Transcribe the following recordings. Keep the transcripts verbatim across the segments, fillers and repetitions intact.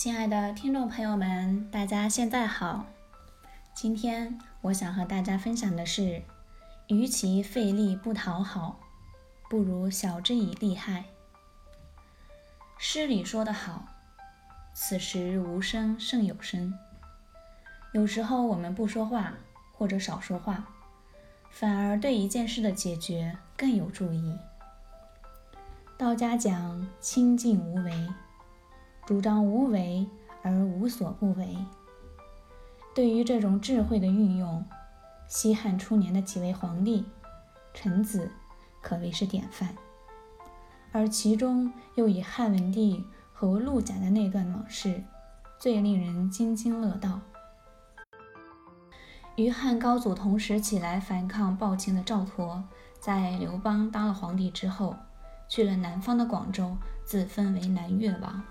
亲爱的听众朋友们，大家现在好。今天我想和大家分享的是，与其费力不讨好，不如晓之以利害。诗里说得好，此时无声胜有声。有时候我们不说话，或者少说话，反而对一件事的解决更有助益。道家讲清静无为，主张无为而无所不为。对于这种智慧的运用，西汉初年的几位皇帝、臣子可谓是典范，而其中又以汉文帝和陆贾的那段往事最令人津津乐道。与汉高祖同时起来反抗暴秦的赵佗，在刘邦当了皇帝之后，去了南方的广州，自封为南越王。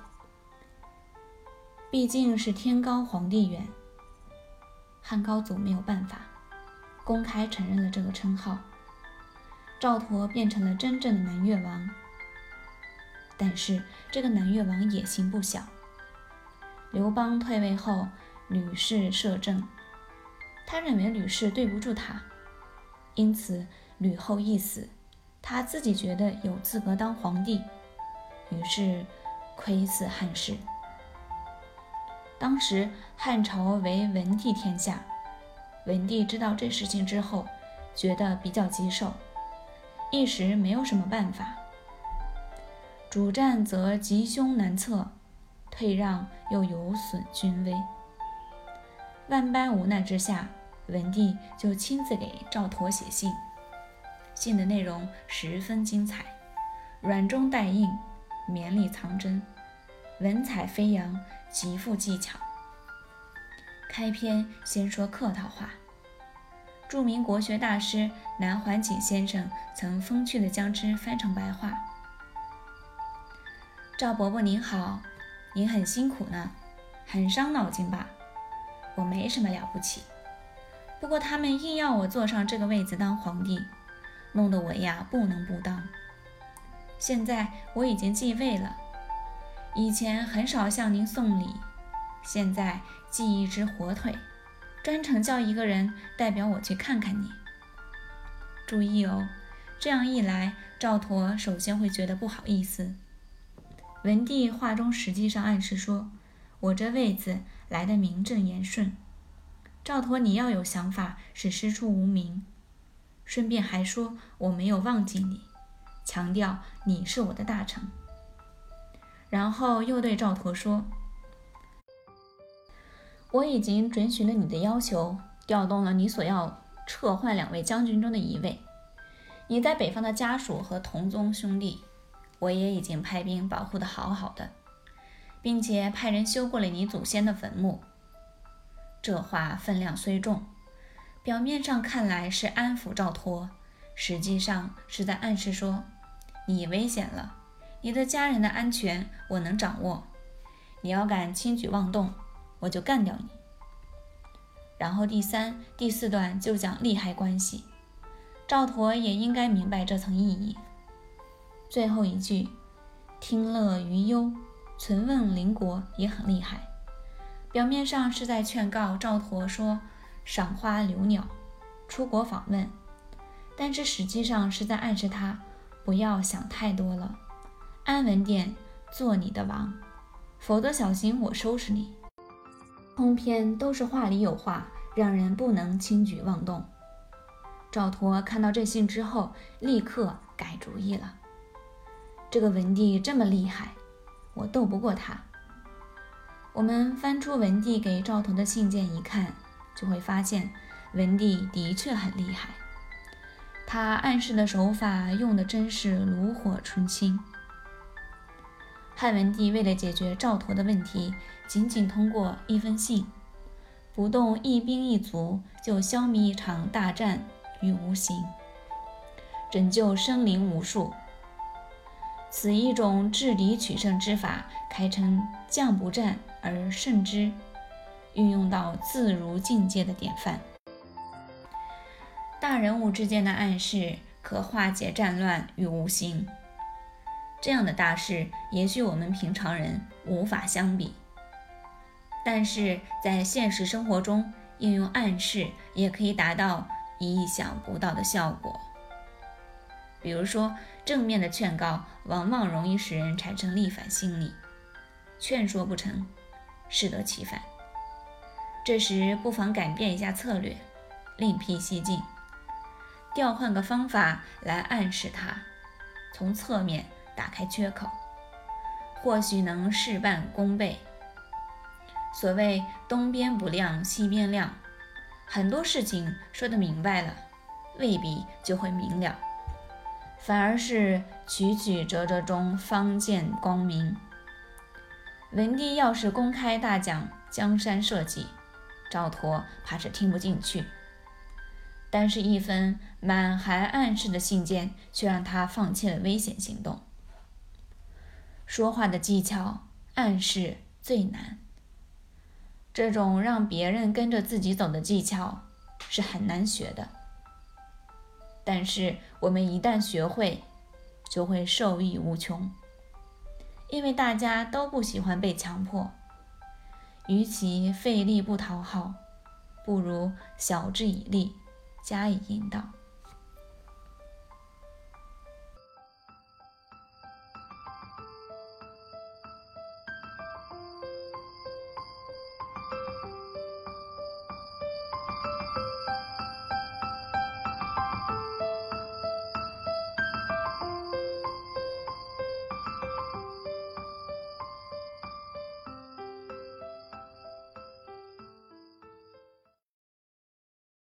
毕竟是天高皇帝远，汉高祖没有办法，公开承认了这个称号，赵佗变成了真正的南越王。但是这个南越王野心不小，刘邦退位后，吕氏摄政，他认为吕氏对不住他，因此吕后一死，他自己觉得有资格当皇帝，于是窥伺汉室。当时汉朝为文帝天下，文帝知道这事情之后，觉得比较棘手，一时没有什么办法。主战则吉凶难测，退让又有损军威。万般无奈之下，文帝就亲自给赵佗写信，信的内容十分精彩，软中带硬，绵里藏针，文采飞扬，极富技巧。开篇先说客套话，著名国学大师南怀瑾先生曾风趣地将之翻成白话。赵伯伯您好，您很辛苦呢，很伤脑筋吧？我没什么了不起，不过他们硬要我坐上这个位子当皇帝，弄得我呀不能不当。现在我已经继位了，以前很少向您送礼，现在寄一只火腿，专程叫一个人代表我去看看你。注意哦，这样一来，赵佗首先会觉得不好意思。文帝话中实际上暗示说，我这位子来得名正言顺，赵佗你要有想法，是师出无名。顺便还说我没有忘记你，强调你是我的大臣。然后又对赵佗说，我已经准许了你的要求，调动了你所要撤换两位将军中的一位，你在北方的家属和同宗兄弟，我也已经派兵保护得好好的，并且派人修过了你祖先的坟墓。这话分量虽重，表面上看来是安抚赵佗，实际上是在暗示说，你危险了，你的家人的安全我能掌握，你要敢轻举妄动，我就干掉你。然后第三、第四段就讲利害关系，赵佗也应该明白这层意义。最后一句听乐于忧，存问邻国也很厉害，表面上是在劝告赵佗说赏花留鸟，出国访问，但是实际上是在暗示他不要想太多了，安稳点，做你的王，否则小心我收拾你。通篇都是话里有话，让人不能轻举妄动。赵佗看到这信之后，立刻改主意了。这个文帝这么厉害，我斗不过他。我们翻出文帝给赵佗的信件一看，就会发现文帝的确很厉害，他暗示的手法用的真是炉火纯青。汉文帝为了解决赵佗的问题，仅仅通过一封信，不动一兵一卒，就消弭一场大战于无形，拯救生灵无数。此一种制敌取胜之法，开成将不战而胜之，运用到自如境界的典范。大人物之间的暗示可化解战乱于无形，这样的大事也许我们平常人无法相比， 但是在现实生活中，应用暗示也可以达到意想不到的效果。比如说，正面的劝告往往容易使人产生逆反心理，劝说不成，适得其反。这时不妨改变一下策略，另辟蹊径，调换个方法来暗示他，从侧面打开缺口，或许能事半功倍。所谓东边不亮西边亮，很多事情说得明白了，未必就会明了，反而是曲曲折折中方见光明。文帝要是公开大讲江山社稷，赵佗怕是听不进去，但是一封满含暗示的信件却让他放弃了危险行动。说话的技巧，暗示最难。这种让别人跟着自己走的技巧是很难学的，但是我们一旦学会，就会受益无穷。因为大家都不喜欢被强迫，与其费力不讨好，不如晓之以利，加以引导。